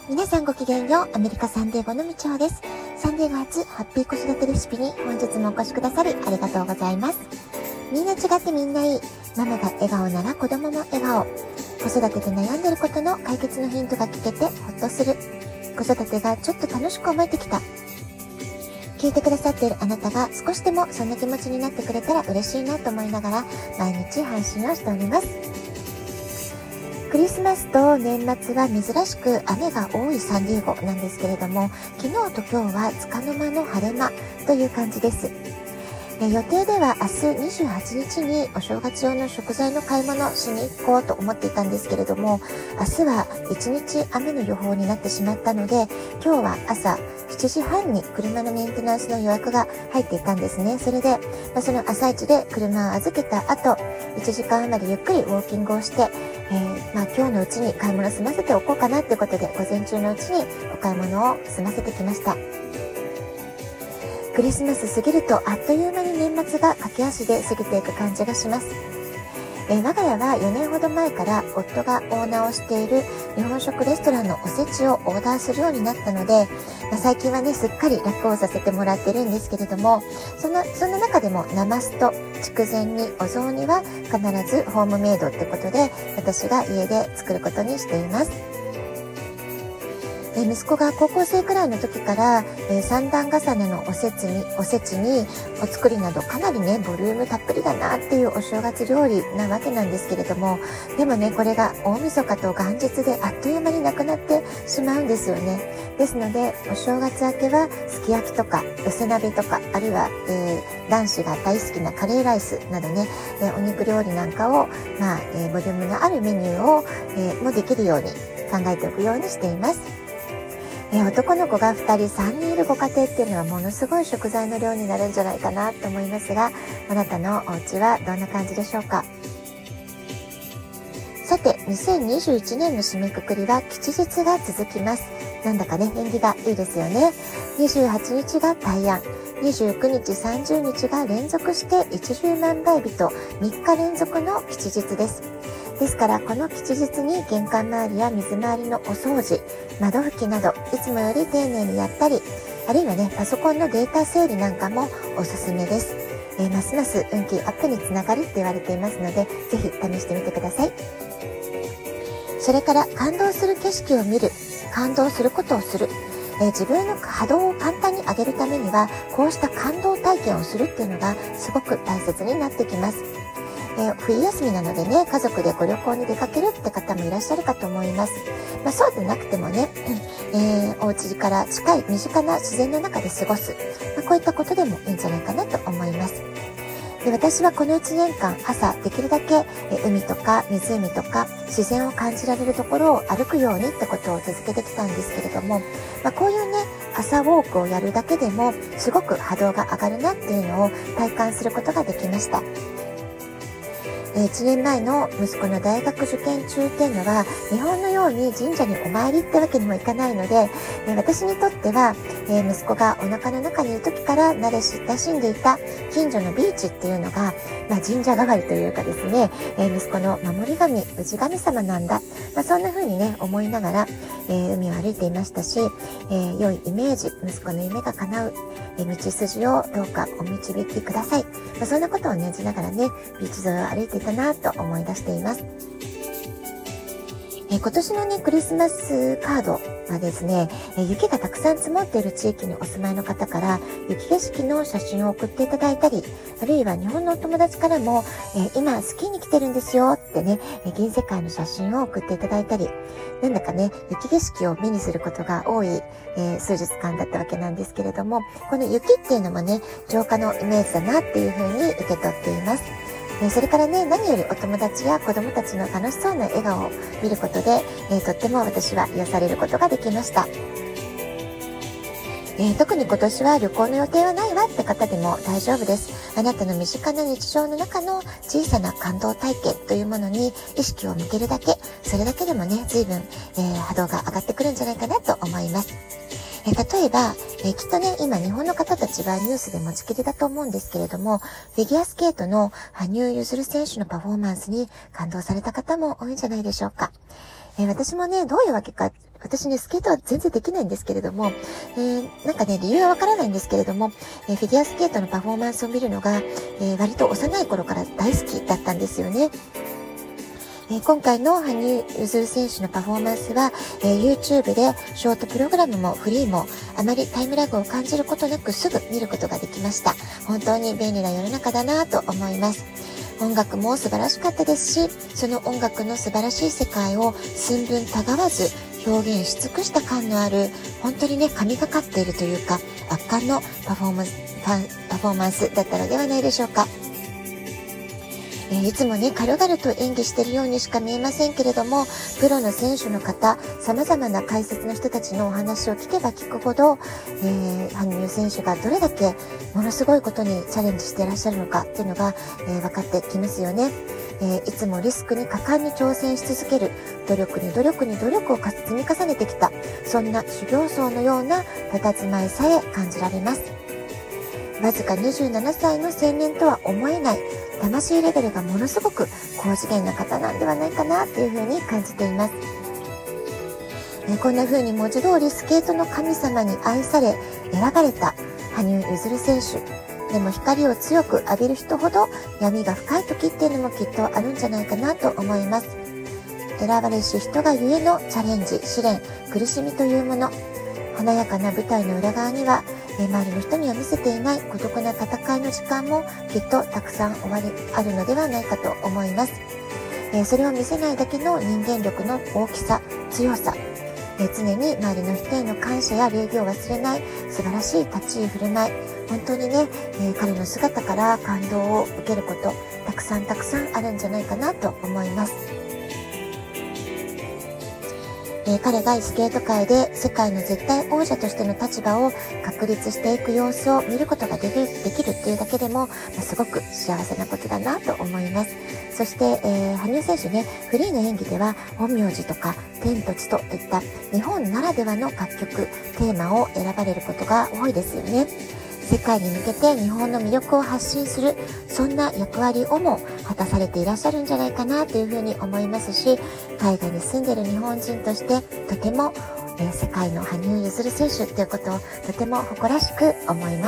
皆さんごきげんよう。アメリカサンディエゴのみちほです。サンディエゴ発ハッピー子育てレシピに本日もお越しくださりありがとうございます。みんな違ってみんないい。ママが笑顔なら子供も笑顔。子育てで悩んでることの解決のヒントが聞けてほっとする。子育てがちょっと楽しく思えてきた。聞いてくださっているあなたが少しでもそんな気持ちになってくれたら嬉しいなと思いながら毎日配信をしております。クリスマスと年末は珍しく雨が多いサンディエゴなんですけれども、昨日と今日は束の間の晴れ間という感じです。予定では明日28日にお正月用の食材の買い物しに行こうと思っていたんですけれども、明日は1日雨の予報になってしまったので、今日は朝7時半に車のメンテナンスの予約が入っていたんですね。それで、その朝一で車を預けた後、1時間余りゆっくりウォーキングをして、今日のうちに買い物を済ませておこうかなということで、午前中のうちにお買い物を済ませてきました。クリスマス過ぎるとあっという間に年末が駆け足で過ぎていく感じがします。我が家は4年ほど前から夫がオーナーをしている日本食レストランのおせちをオーダーするようになったので、最近はねすっかり楽をさせてもらってるんですけれども、そんな中でもナマスと筑前煮、お雑煮は必ずホームメイドってことで私が家で作ることにしています。息子が高校生くらいの時から、3段重ねのおせちにお作りなどかなりねボリュームたっぷりだなっていうお正月料理なわけなんですけれども、でもねこれが大晦日と元日であっという間になくなってしまうんですよね。ですのでお正月明けはすき焼きとか寄せ鍋とか、あるいは、男子が大好きなカレーライスなどね、お肉料理なんかを、ボリュームのあるメニューを、もできるように考えておくようにしています。男の子が2人3人いるご家庭っていうのはものすごい食材の量になるんじゃないかなと思いますが、あなたのお家はどんな感じでしょうか。さて、2021年の締めくくりは吉日が続きます。なんだかね縁起がいいですよね。28日が大安、29日30日が連続して一粒万倍日と3日連続の吉日です。ですからこの吉日に玄関周りや水回りのお掃除、窓拭きなどいつもより丁寧にやったり、あるいはねパソコンのデータ整理なんかもおすすめです。ますます運気アップにつながるって言われていますので、ぜひ試してみてください。それから感動する景色を見る、感動することをする、自分の波動を簡単に上げるためにはこうした感動体験をするっていうのがすごく大切になってきます。冬休みなのでね家族でご旅行に出かけるって方もいらっしゃるかと思います。そうでなくてもね、お家から近い身近な自然の中で過ごす、こういったことでもいいんじゃないかなと思います。で、私はこの1年間朝できるだけ海とか湖とか自然を感じられるところを歩くようにってことを続けてきたんですけれども、こういうね朝ウォークをやるだけでもすごく波動が上がるなっていうのを体感することができました。1年前の息子の大学受験中っていうのは日本のように神社にお参りってわけにもいかないので、私にとっては、息子がお腹の中にいる時から慣れ親しんでいた近所のビーチっていうのが、神社代わりというかですね、息子の守り神、氏神様なんだ、そんな風にね思いながら、海を歩いていましたし、良いイメージ、息子の夢が叶う、道筋をどうかお導きください。そんなことを念じながらねビーチ沿いを歩いていたなと思い出しています。今年のねクリスマスカードはですね、雪がたくさん積もっている地域にお住まいの方から雪景色の写真を送っていただいたり、あるいは日本のお友達からも、今スキーに来てるんですよってね銀世界の写真を送っていただいたり、なんだかね雪景色を目にすることが多い、数日間だったわけなんですけれども、この雪っていうのもね浄化のイメージだなっていうふうに受け取っています。それからね何よりお友達や子供たちの楽しそうな笑顔を見ることで、とっても私は癒されることができました。特に今年は旅行の予定はないわって方でも大丈夫です。あなたの身近な日常の中の小さな感動体験というものに意識を向けるだけ、それだけでもね随分、波動が上がってくるんじゃないかなと思います。例えば、きっとね今日本の方たちはニュースで持ちきりだと思うんですけれども、フィギュアスケートの羽生結弦選手のパフォーマンスに感動された方も多いんじゃないでしょうか。私もねどういうわけか私ね、スケートは全然できないんですけれども、なんかね、理由はわからないんですけれども、フィギュアスケートのパフォーマンスを見るのが、割と幼い頃から大好きだったんですよね。今回の羽生結弦選手のパフォーマンスは、YouTube でショートプログラムもフリーもあまりタイムラグを感じることなくすぐ見ることができました。本当に便利な世の中だなと思います。音楽も素晴らしかったですし、その音楽の素晴らしい世界を寸分たがわず表現し尽くした感のある、本当にね、神がかっているというか、圧巻のパフォーマンスだったのではないでしょうか。いつもね、軽々と演技しているようにしか見えませんけれども、プロの選手の方、様々な解説の人たちのお話を聞けば聞くほど、羽生選手がどれだけものすごいことにチャレンジしていらっしゃるのかっていうのが、分かってきますよね。いつもリスクに果敢に挑戦し続ける、努力に努力に努力を積み重ねてきた、そんな修行僧のような佇まいさえ感じられます。わずか27歳の青年とは思えない魂レベルがものすごく高次元な方なんではないかなというふうに感じています。こんな風に文字通りスケートの神様に愛され選ばれた羽生結弦選手でも、光を強く浴びる人ほど闇が深い時っていうのもきっとあるんじゃないかなと思います。選ばれし人がゆえのチャレンジ、試練、苦しみというもの、華やかな舞台の裏側には周りの人には見せていない孤独な戦いの時間もきっとたくさんあるのではないかと思います。それを見せないだけの人間力の大きさ、強さ、常に周りの人への感謝や礼儀を忘れない素晴らしい立ち居振る舞い、本当にね、彼の姿から感動を受けることたくさんあるんじゃないかなと思います。彼がスケート界で世界の絶対王者としての立場を確立していく様子を見ることができるっていうだけでも、すごく幸せなことだなと思います。そして、羽生選手ね、フリーの演技では陰陽師とか天と地といった日本ならではの楽曲、テーマを選ばれることが多いですよね。世界に向けて日本の魅力を発信する、そんな役割をも果たされていらっしゃるんじゃないかなというふうに思いますし、海外に住んでいる日本人としてとても、世界の羽生結弦選手ということをとても誇らしく思います。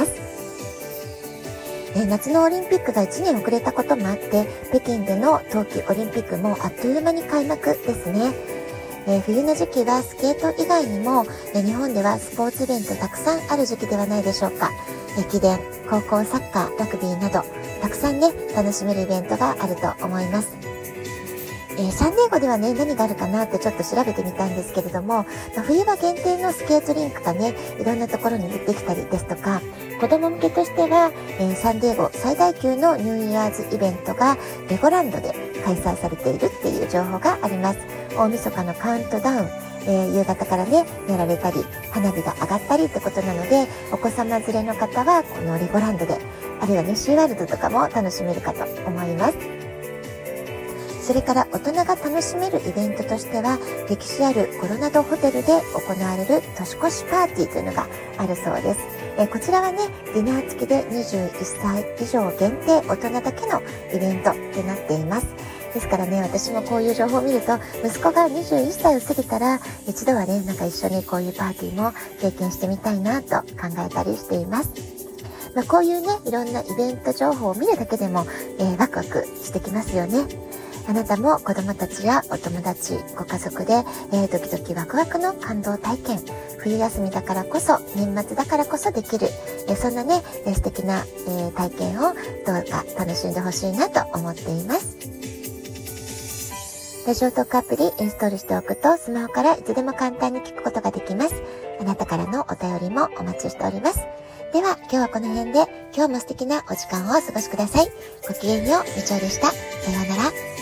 夏のオリンピックが1年遅れたこともあって、北京での冬季オリンピックもあっという間に開幕ですね。冬の時期はスケート以外にも、日本ではスポーツイベントたくさんある時期ではないでしょうか。駅伝、高校サッカー、ラグビーなどたくさんね、楽しめるイベントがあると思います。サンディエゴではね、何があるかなってちょっと調べてみたんですけれども、冬場限定のスケートリンクがね、いろんなところに出てきたりですとか、子供向けとしては、サンディエゴ最大級のニューイヤーズイベントがレゴランドで開催されているっていう情報があります。大晦日のカウントダウン、夕方からね、やられたり、花火が上がったりってことなので、お子様連れの方はこのレゴランドで、あるいはね、シーワールドとかも楽しめるかと思います。それから大人が楽しめるイベントとしては、歴史あるコロナドホテルで行われる年越しパーティーというのがあるそうです。こちらはね、ディナー付きで21歳以上限定大人だけのイベントとなっています。ですからね、私もこういう情報を見ると、息子が21歳を過ぎたら、一度はね、なんか一緒にこういうパーティーも経験してみたいなと考えたりしています。こういうね、いろんなイベント情報を見るだけでも、ワクワクしてきますよね。あなたも子供たちやお友達、ご家族で、ドキドキワクワクの感動体験、冬休みだからこそ、年末だからこそできる、そんなね、素敵な、体験をどうか楽しんでほしいなと思っています。ラジオトークアプリインストールしておくと、スマホからいつでも簡単に聞くことができます。あなたからのお便りもお待ちしております。では、今日はこの辺で、今日も素敵なお時間をお過ごしください。ごきげんよう、みちおでした。さようなら。